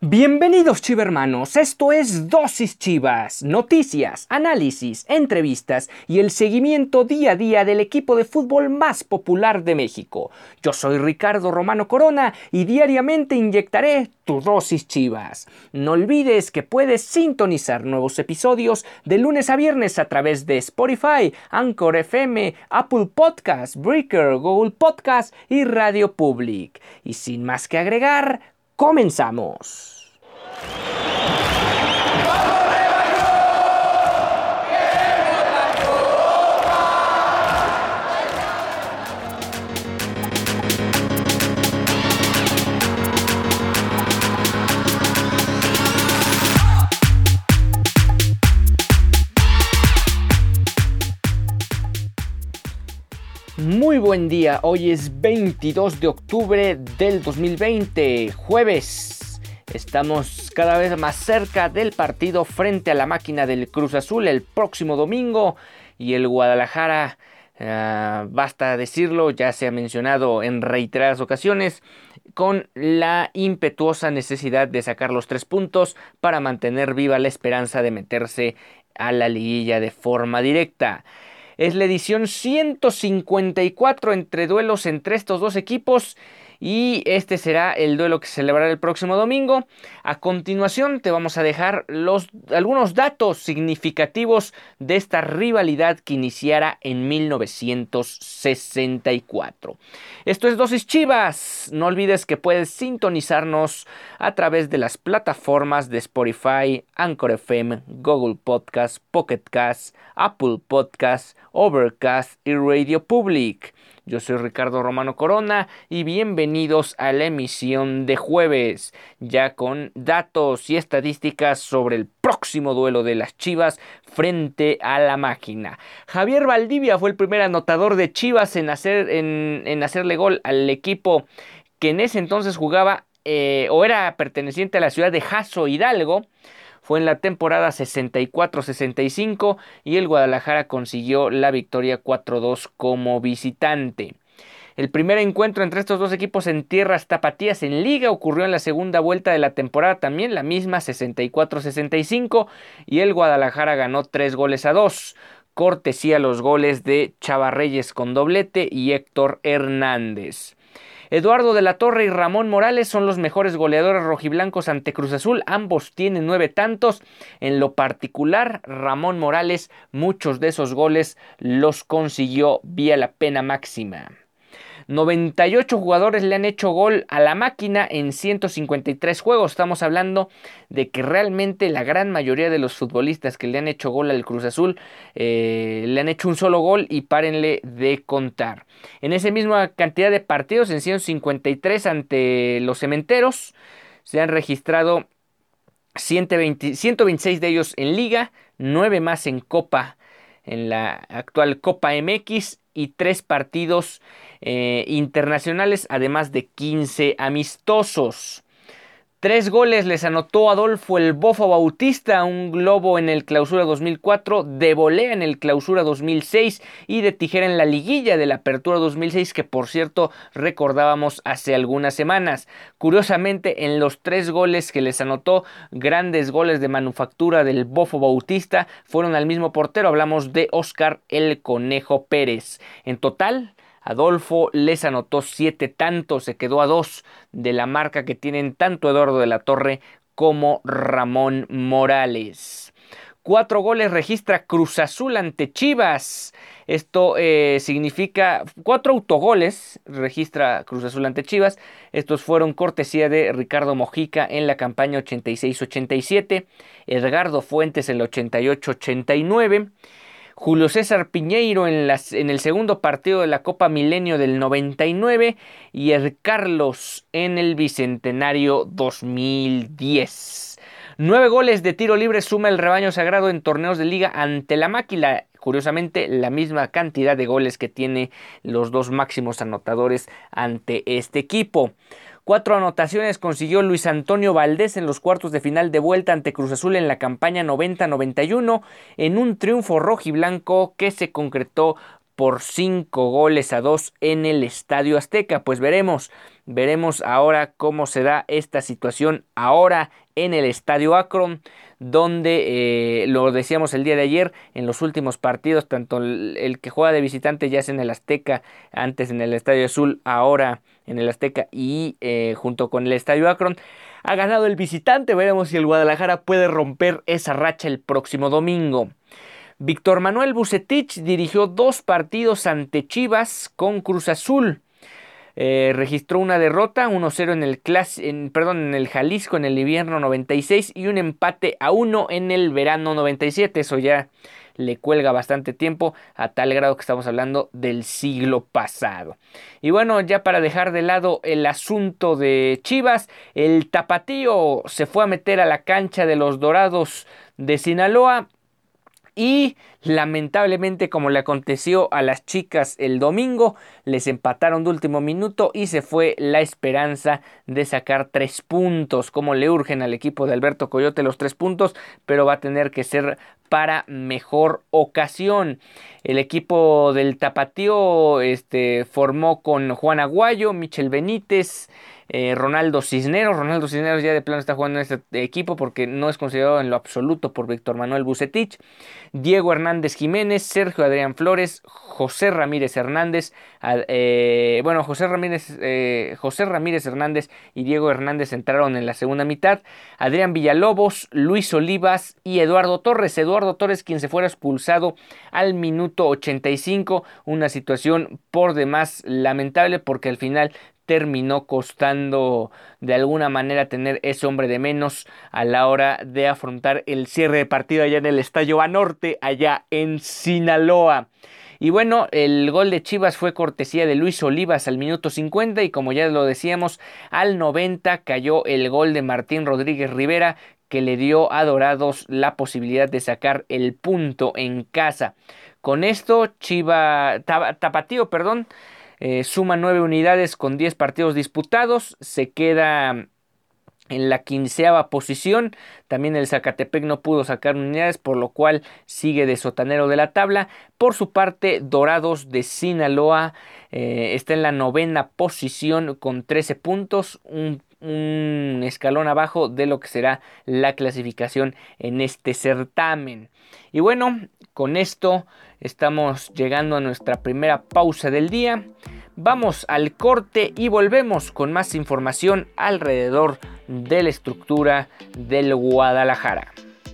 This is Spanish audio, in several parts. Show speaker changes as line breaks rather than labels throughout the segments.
Bienvenidos chivermanos, esto es Dosis Chivas, noticias, análisis, entrevistas y el seguimiento día a día del equipo de fútbol más popular de México. Yo soy Ricardo Romano Corona y diariamente inyectaré tu dosis Chivas. No olvides que puedes sintonizar nuevos episodios de lunes a viernes a través de Spotify, Anchor FM, Apple Podcasts, Breaker, Google Podcasts y Radio Public. Y sin más que agregar, ¡comenzamos! Muy buen día, hoy es 22 de octubre del 2020, jueves. Estamos cada vez más cerca del partido frente a la máquina del Cruz Azul el próximo domingo y el Guadalajara, basta decirlo, ya se ha mencionado en reiteradas ocasiones, con la impetuosa necesidad de sacar los 3 puntos para mantener viva la esperanza de meterse a la liguilla de forma directa. Es la edición 154 entre duelos entre estos dos equipos y este será el duelo que se celebrará el próximo domingo. A continuación te vamos a dejar algunos datos significativos de esta rivalidad que iniciara en 1964. Esto es Dosis Chivas. No olvides que puedes sintonizarnos a través de las plataformas de Spotify, Anchor FM, Google Podcasts, Pocket Casts, Apple Podcasts, Overcast y Radio Public. Yo soy Ricardo Romano Corona y bienvenidos a la emisión de jueves, ya con datos y estadísticas sobre el próximo duelo de las Chivas frente a la máquina. Javier Valdivia fue el primer anotador de Chivas en hacerle gol al equipo que en ese entonces jugaba o era perteneciente a la ciudad de Jasso, Hidalgo. Fue en la temporada 64-65 y el Guadalajara consiguió la victoria 4-2 como visitante. El primer encuentro entre estos dos equipos en tierras tapatías en liga ocurrió en la segunda vuelta de la temporada también, la misma 64-65, y el Guadalajara ganó 3-2, cortesía los goles de Chava Reyes con doblete y Héctor Hernández. Eduardo de la Torre y Ramón Morales son los mejores goleadores rojiblancos ante Cruz Azul, ambos tienen 9 tantos. En lo particular, Ramón Morales muchos de esos goles los consiguió vía la pena máxima. 98 jugadores le han hecho gol a la máquina en 153 juegos. Estamos hablando de que realmente la gran mayoría de los futbolistas que le han hecho gol al Cruz Azul le han hecho un solo gol y párenle de contar. En esa misma cantidad de partidos, en 153 ante los Cementeros, se han registrado 126 de ellos en Liga, 9 más en Copa, en la actual Copa MX, y 3 partidos internacionales, además de 15 amistosos. 3 goles les anotó Adolfo el Bofo Bautista, un globo en el Clausura 2004, de volea en el Clausura 2006 y de tijera en la liguilla de la Apertura 2006, que por cierto recordábamos hace algunas semanas. Curiosamente, en los 3 goles que les anotó, grandes goles de manufactura del Bofo Bautista, fueron al mismo portero. Hablamos de Óscar el Conejo Pérez. En total, Adolfo les anotó 7 tantos, se quedó a 2 de la marca que tienen tanto Eduardo de la Torre como Ramón Morales. 4 goles registra Cruz Azul ante Chivas. Esto significa 4 autogoles registra Cruz Azul ante Chivas. Estos fueron cortesía de Ricardo Mojica en la campaña 86-87, Edgardo Fuentes en la 88-89, Julio César Piñeiro en el segundo partido de la Copa Milenio del 99 y Carlos en el Bicentenario 2010. 9 goles de tiro libre suma el rebaño sagrado en torneos de liga ante la máquina. Curiosamente, la misma cantidad de goles que tiene los dos máximos anotadores ante este equipo. 4 anotaciones consiguió Luis Antonio Valdés en los cuartos de final de vuelta ante Cruz Azul en la campaña 90-91, en un triunfo rojiblanco que se concretó por 5-2 en el Estadio Azteca. Pues veremos Veremos ahora cómo se da esta situación ahora en el Estadio Akron, donde lo decíamos el día de ayer, en los últimos partidos, tanto el que juega de visitante ya sea en el Azteca, antes en el Estadio Azul, ahora en el Azteca y junto con el Estadio Akron, ha ganado el visitante. Veremos si el Guadalajara puede romper esa racha el próximo domingo. Víctor Manuel Vucetich dirigió 2 partidos ante Chivas con Cruz Azul. Registró una derrota 1-0 en el Jalisco en el invierno 96 y un empate a 1 en el verano 97. Eso ya le cuelga bastante tiempo, a tal grado que estamos hablando del siglo pasado. Y bueno, ya para dejar de lado el asunto de Chivas, el Tapatío se fue a meter a la cancha de los Dorados de Sinaloa y lamentablemente, como le aconteció a las chicas el domingo, les empataron de último minuto y se fue la esperanza de sacar 3 puntos. Como le urgen al equipo de Alberto Coyote los 3 puntos, pero va a tener que ser para mejor ocasión. El equipo del Tapatío formó con Juan Aguayo, Michel Benítez, Ronaldo Cisneros. Ronaldo Cisneros ya de plano está jugando en este equipo porque no es considerado en lo absoluto por Víctor Manuel Vucetich. Diego Hernández Jiménez, Sergio Adrián Flores, José Ramírez Hernández, José Ramírez Hernández y Diego Hernández entraron en la segunda mitad. Adrián Villalobos, Luis Olivas y Eduardo Torres. Eduardo Torres, quien se fuera expulsado al minuto 85, una situación por demás lamentable porque al final terminó costando de alguna manera tener ese hombre de menos a la hora de afrontar el cierre de partido allá en el Estadio Banorte, allá en Sinaloa. Y bueno, el gol de Chivas fue cortesía de Luis Olivas al minuto 50 y como ya lo decíamos, al 90 cayó el gol de Martín Rodríguez Rivera, que le dio a Dorados la posibilidad de sacar el punto en casa. Con esto, Tapatío, suma 9 unidades con 10 partidos disputados, se queda en la 15ª posición. También el Zacatepec no pudo sacar unidades, por lo cual sigue de sotanero de la tabla. Por su parte, Dorados de Sinaloa está en la 9ª posición con 13 puntos, un escalón abajo de lo que será la clasificación en este certamen. Y bueno, con esto estamos llegando a nuestra primera pausa del día. Vamos al corte y volvemos con más información alrededor de la estructura del Guadalajara.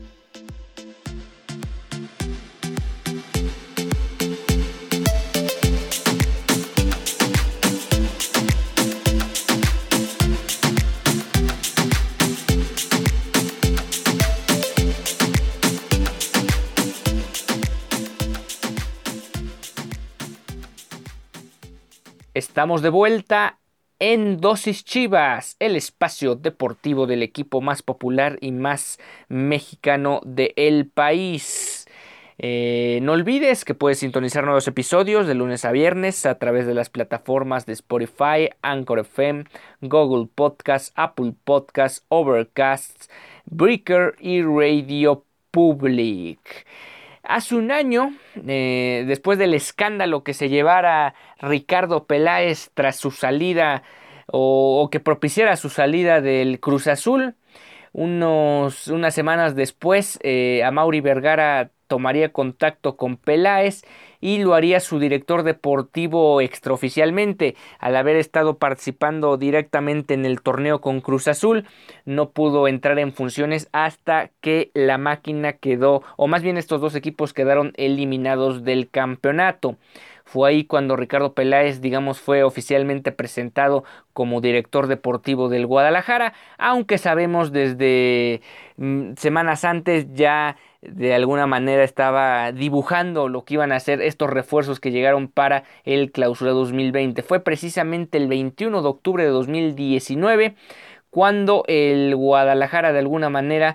Estamos de vuelta en Dosis Chivas, el espacio deportivo del equipo más popular y más mexicano del país. No olvides que puedes sintonizar nuevos episodios de lunes a viernes a través de las plataformas de Spotify, Anchor FM, Google Podcasts, Apple Podcasts, Overcast, Breaker y Radio Public. Hace un año, después del escándalo que se llevara Ricardo Peláez tras su salida o que propiciara su salida del Cruz Azul, unas semanas después, Amaury Vergara tomaría contacto con Peláez y lo haría su director deportivo extraoficialmente. Al haber estado participando directamente en el torneo con Cruz Azul, no pudo entrar en funciones hasta que la máquina quedó, o más bien estos dos equipos quedaron eliminados del campeonato. Fue ahí cuando Ricardo Peláez, fue oficialmente presentado como director deportivo del Guadalajara, aunque sabemos desde semanas antes ya de alguna manera estaba dibujando lo que iban a hacer estos refuerzos que llegaron para el Clausura 2020. Fue precisamente el 21 de octubre de 2019 cuando el Guadalajara de alguna manera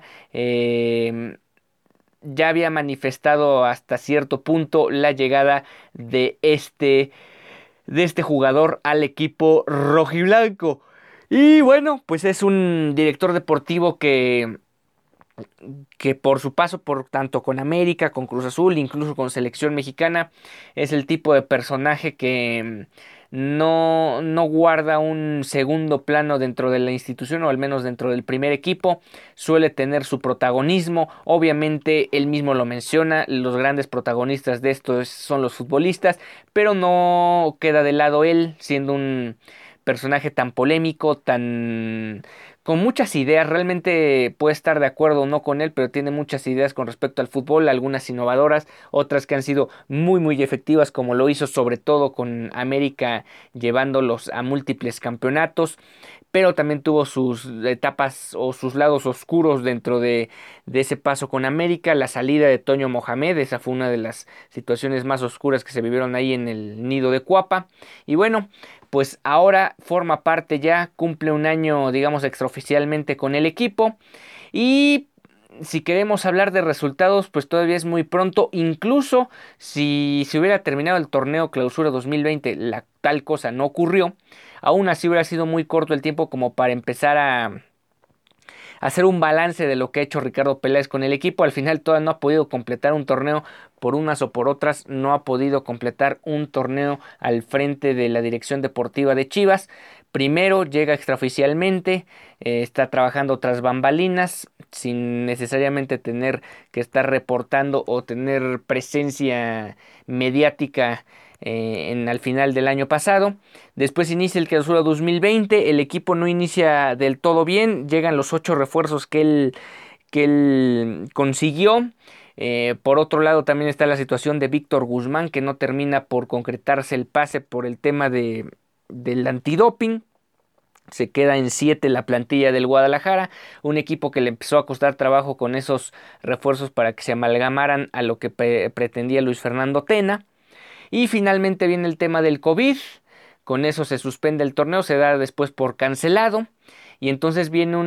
ya había manifestado hasta cierto punto la llegada de este jugador al equipo rojiblanco. Y bueno, pues es un director deportivo que por su paso por tanto con América, con Cruz Azul, incluso con selección mexicana, es el tipo de personaje que no guarda un segundo plano dentro de la institución, o al menos dentro del primer equipo. Suele tener su protagonismo. Obviamente él mismo lo menciona, los grandes protagonistas de esto son los futbolistas, pero no queda de lado él, siendo un personaje tan polémico, tan con muchas ideas. Realmente puede estar de acuerdo o no con él, pero tiene muchas ideas con respecto al fútbol, algunas innovadoras, otras que han sido muy efectivas, como lo hizo sobre todo con América, llevándolos a múltiples campeonatos. Pero también tuvo sus etapas o sus lados oscuros dentro de ese paso con América. La salida de Toño Mohamed, esa fue una de las situaciones más oscuras que se vivieron ahí en el nido de Cuapa. Y bueno, pues ahora forma parte ya, cumple un año, digamos, extraoficialmente con el equipo. Y si queremos hablar de resultados, pues todavía es muy pronto. Incluso si se hubiera terminado el torneo Clausura 2020, la tal cosa no ocurrió. Aún así hubiera sido muy corto el tiempo como para empezar a hacer un balance de lo que ha hecho Ricardo Peláez con el equipo. Al final todavía no ha podido completar un torneo, por unas o por otras no ha podido completar un torneo al frente de la dirección deportiva de Chivas. Primero llega extraoficialmente, está trabajando tras bambalinas sin necesariamente tener que estar reportando o tener presencia mediática al final del año pasado. Después inicia el Clausura 2020, el equipo no inicia del todo bien, llegan los 8 refuerzos que él consiguió. Por otro lado también está la situación de Víctor Guzmán, que no termina por concretarse el pase por el tema del antidoping. Se queda en 7 la plantilla del Guadalajara, un equipo que le empezó a costar trabajo con esos refuerzos para que se amalgamaran a lo que pretendía Luis Fernando Tena. Y finalmente viene el tema del COVID. Con eso se suspende el torneo, se da después por cancelado. Y entonces viene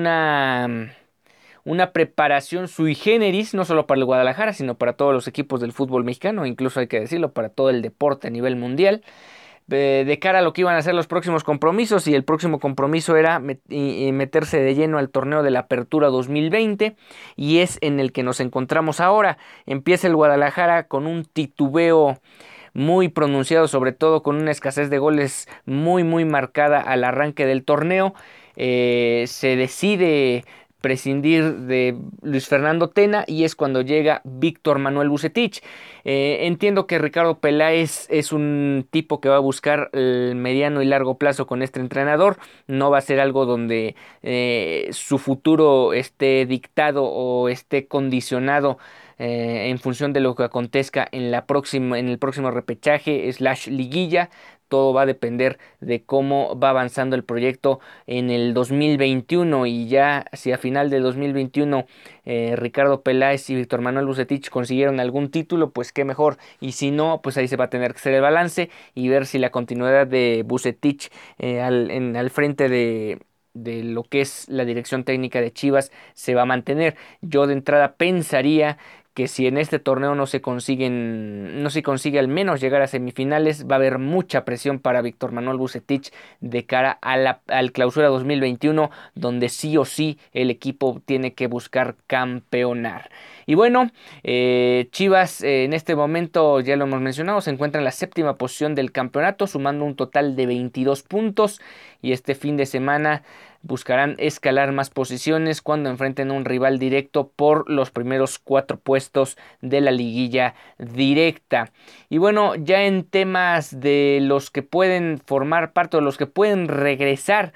una preparación sui generis, no solo para el Guadalajara, sino para todos los equipos del fútbol mexicano, incluso hay que decirlo, para todo el deporte a nivel mundial, de cara a lo que iban a ser los próximos compromisos. Y el próximo compromiso era meterse de lleno al torneo de la Apertura 2020, y es en el que nos encontramos ahora. Empieza el Guadalajara con un titubeo muy pronunciado, sobre todo con una escasez de goles muy marcada al arranque del torneo. Se decide prescindir de Luis Fernando Tena y es cuando llega Víctor Manuel Vucetich. Entiendo que Ricardo Peláez es un tipo que va a buscar el mediano y largo plazo con este entrenador. No va a ser algo donde su futuro esté dictado o esté condicionado en función de lo que acontezca en el próximo repechaje / liguilla. Todo va a depender de cómo va avanzando el proyecto en el 2021, y ya si a final del 2021 Ricardo Peláez y Víctor Manuel Vucetich consiguieron algún título, pues qué mejor. Y si no, pues ahí se va a tener que hacer el balance y ver si la continuidad de Vucetich al frente de lo que es la dirección técnica de Chivas se va a mantener. Yo de entrada pensaría que si en este torneo no se consigue al menos llegar a semifinales, va a haber mucha presión para Víctor Manuel Vucetich de cara al Clausura 2021, donde sí o sí el equipo tiene que buscar campeonar. Y bueno, Chivas en este momento, ya lo hemos mencionado, se encuentra en la 7ª posición del campeonato, sumando un total de 22 puntos, y este fin de semana buscarán escalar más posiciones cuando enfrenten a un rival directo por los primeros 4 puestos de la liguilla directa. Y bueno, ya en temas de los que pueden formar parte o los que pueden regresar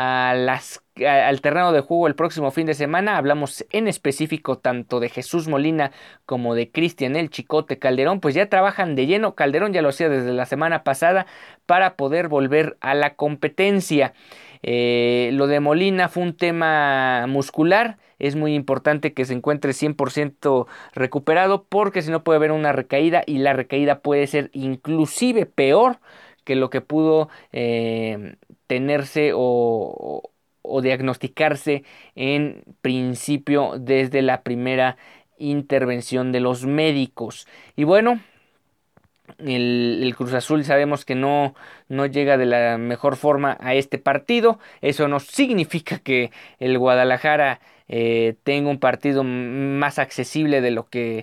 al terreno de juego el próximo fin de semana, hablamos en específico tanto de Jesús Molina como de Cristian El Chicote Calderón. Pues ya trabajan de lleno. Calderón ya lo hacía desde la semana pasada para poder volver a la competencia. Lo de Molina fue un tema muscular. Es muy importante que se encuentre 100% recuperado, porque si no puede haber una recaída, y la recaída puede ser inclusive peor que lo que pudo tenerse o diagnosticarse en principio desde la primera intervención de los médicos. Y bueno, el Cruz Azul sabemos que no llega de la mejor forma a este partido. Eso no significa que el Guadalajara tenga un partido más accesible de lo que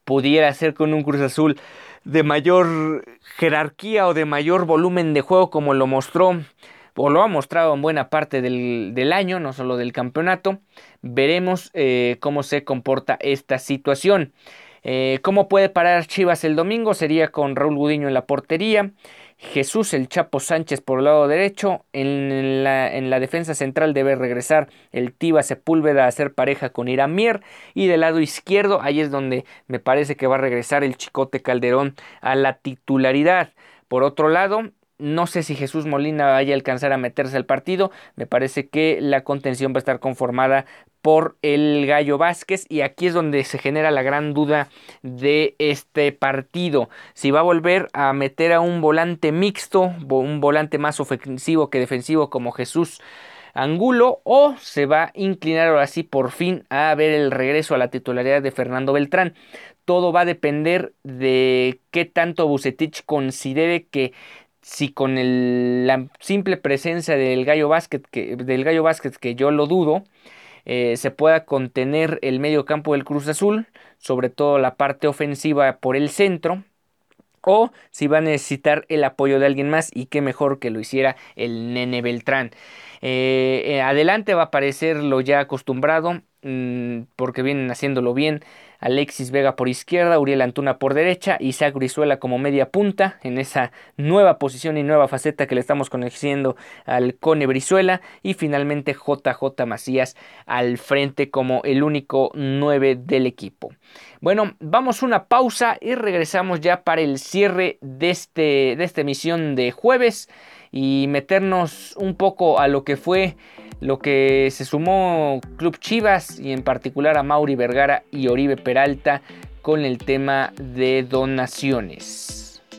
pudiera ser con un Cruz Azul de mayor jerarquía o de mayor volumen de juego, como lo mostró o lo ha mostrado en buena parte del año, no solo del campeonato. Veremos cómo se comporta esta situación. ¿Cómo puede parar Chivas el domingo? Sería con Raúl Gudiño en la portería, Jesús el Chapo Sánchez por el lado derecho. En la defensa central debe regresar el Tiva Sepúlveda a hacer pareja con Irán Mier. Y del lado izquierdo, ahí es donde me parece que va a regresar el Chicote Calderón a la titularidad. Por otro lado, no sé si Jesús Molina vaya a alcanzar a meterse al partido. Me parece que la contención va a estar conformada por el Gallo Vázquez, y aquí es donde se genera la gran duda de este partido. Si va a volver a meter a un volante mixto, un volante más ofensivo que defensivo como Jesús Angulo, o se va a inclinar ahora sí por fin a ver el regreso a la titularidad de Fernando Beltrán. Todo va a depender de qué tanto Vucetich considere que, si con la simple presencia del Gallo Vázquez, que yo lo dudo, se pueda contener el medio campo del Cruz Azul, sobre todo la parte ofensiva por el centro, o si va a necesitar el apoyo de alguien más, y qué mejor que lo hiciera el Nene Beltrán. Adelante va a aparecer lo ya acostumbrado, porque vienen haciéndolo bien: Alexis Vega por izquierda, Uriel Antuna por derecha, Isaac Brizuela como media punta, en esa nueva posición y nueva faceta que le estamos conociendo al Cone Brizuela, y finalmente JJ Macías al frente como el único 9 del equipo. Bueno, vamos a una pausa y regresamos ya para el cierre de esta emisión de jueves, y meternos un poco a lo que se sumó Club Chivas, y en particular a Mauri Vergara y Oribe Peralta, con el tema de donaciones.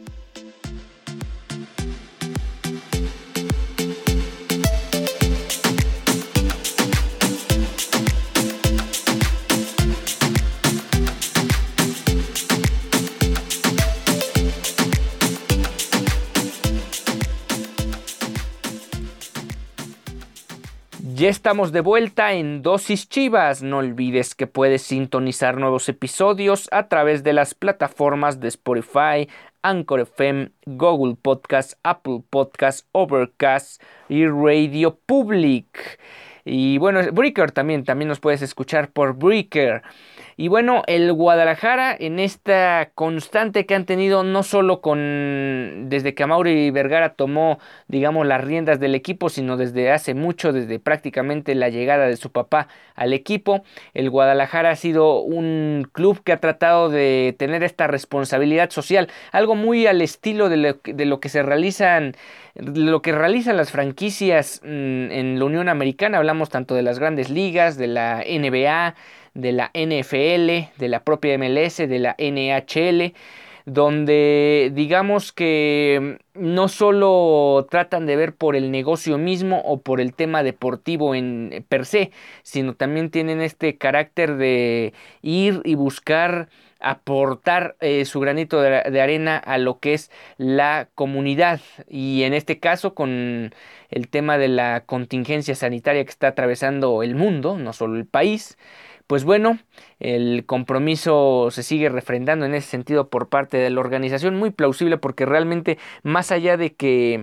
Ya estamos de vuelta en Dosis Chivas. No olvides que puedes sintonizar nuevos episodios a través de las plataformas de Spotify, Anchor FM, Google Podcast, Apple Podcast, Overcast y Radio Public. Y bueno, Breaker también nos puedes escuchar por Breaker. Y bueno, el Guadalajara, en esta constante que han tenido, no solo desde que Mauri Vergara tomó, digamos, las riendas del equipo, sino desde hace mucho, desde prácticamente la llegada de su papá al equipo. El Guadalajara ha sido un club que ha tratado de tener esta responsabilidad social, algo muy al estilo de lo que realizan las franquicias en la Unión Americana. Hablamos tanto de las grandes ligas, de la NBA, de la NFL, de la propia MLS, de la NHL, donde digamos que no solo tratan de ver por el negocio mismo o por el tema deportivo en per se, sino también tienen este carácter de ir y buscar aportar su granito de arena a lo que es la comunidad, y en este caso con el tema de la contingencia sanitaria que está atravesando el mundo, no solo el país. Pues bueno, el compromiso se sigue refrendando en ese sentido por parte de la organización, muy plausible, porque realmente, más allá de que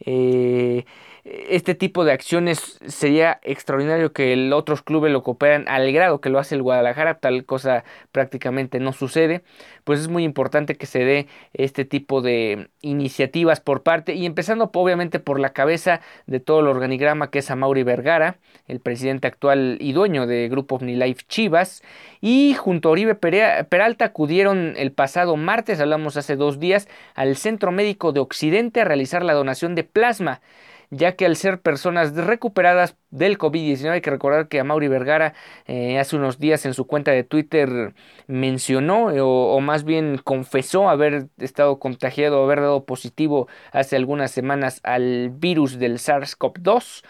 este tipo de acciones, sería extraordinario que otros clubes lo cooperan al grado que lo hace el Guadalajara, tal cosa prácticamente no sucede. Pues es muy importante que se dé este tipo de iniciativas por parte, y empezando obviamente por la cabeza de todo el organigrama, que es Amaury Vergara, el presidente actual y dueño de Grupo OmniLife Chivas, y junto a Oribe Peralta acudieron el pasado martes, hablamos hace 2 días, al Centro Médico de Occidente a realizar la donación de plasma, ya que al ser personas recuperadas del COVID-19, hay que recordar que Amaury Vergara hace unos días en su cuenta de Twitter mencionó, o más bien confesó, haber estado contagiado, haber dado positivo hace algunas semanas al virus del SARS-CoV-2.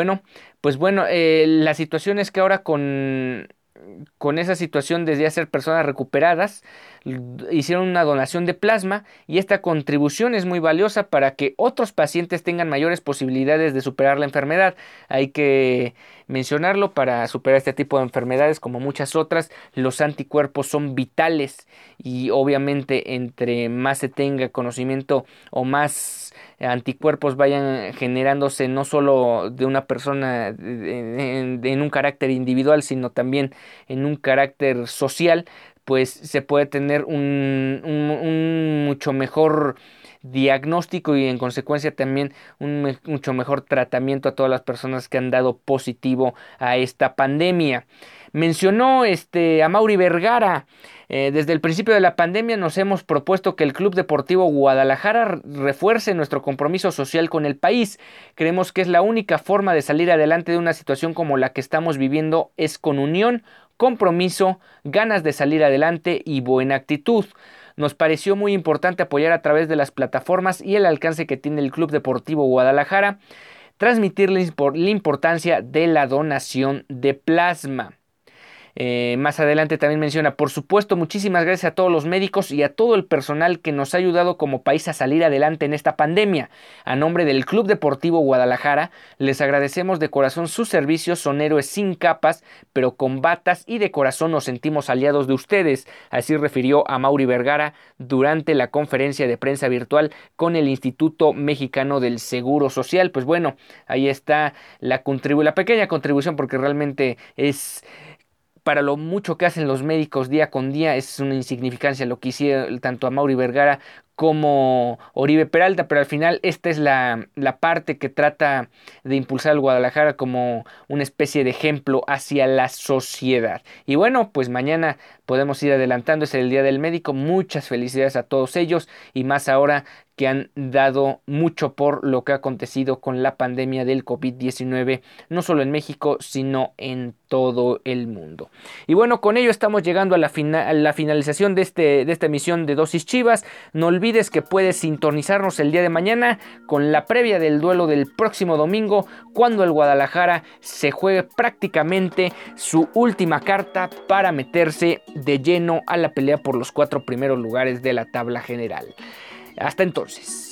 La situación es que ahora con esa situación, desde ser personas recuperadas, hicieron una donación de plasma, y esta contribución es muy valiosa para que otros pacientes tengan mayores posibilidades de superar la enfermedad. Hay que mencionarlo, para superar este tipo de enfermedades como muchas otras, los anticuerpos son vitales y obviamente entre más se tenga conocimiento o más anticuerpos vayan generándose no solo de una persona en un carácter individual, sino también en un carácter social, pues se puede tener un mucho mejor diagnóstico y en consecuencia también un mucho mejor tratamiento a todas las personas que han dado positivo a esta pandemia. Mencionó a Mauri Vergara. Desde el principio de la pandemia nos hemos propuesto que el Club Deportivo Guadalajara refuerce nuestro compromiso social con el país. Creemos que es la única forma de salir adelante de una situación como la que estamos viviendo, es con unión, compromiso, ganas de salir adelante y buena actitud. Nos pareció muy importante apoyar a través de las plataformas y el alcance que tiene el Club Deportivo Guadalajara, transmitirles la importancia de la donación de plasma. Más adelante también menciona: por supuesto, muchísimas gracias a todos los médicos y a todo el personal que nos ha ayudado como país a salir adelante en esta pandemia. A nombre del Club Deportivo Guadalajara, les agradecemos de corazón sus servicios. Son héroes sin capas, pero con batas, y de corazón nos sentimos aliados de ustedes. Así refirió a Mauri Vergara durante la conferencia de prensa virtual con el Instituto Mexicano del Seguro Social. Pues bueno, ahí está la pequeña contribución, porque realmente es, para lo mucho que hacen los médicos día con día, es una insignificancia lo que hicieron tanto a Mauri Vergara como Oribe Peralta, pero al final esta es la parte que trata de impulsar al Guadalajara como una especie de ejemplo hacia la sociedad. Y bueno, pues mañana podemos ir adelantando, es el Día del Médico. Muchas felicidades a todos ellos, y más ahora que han dado mucho por lo que ha acontecido con la pandemia del COVID-19, no solo en México, sino en todo el mundo. Y bueno, con ello estamos llegando a la finalización de esta emisión de Dosis Chivas. No olvides que puedes sintonizarnos el día de mañana con la previa del duelo del próximo domingo, cuando el Guadalajara se juegue prácticamente su última carta para meterse de lleno a la pelea por los 4 primeros lugares de la tabla general. Hasta entonces.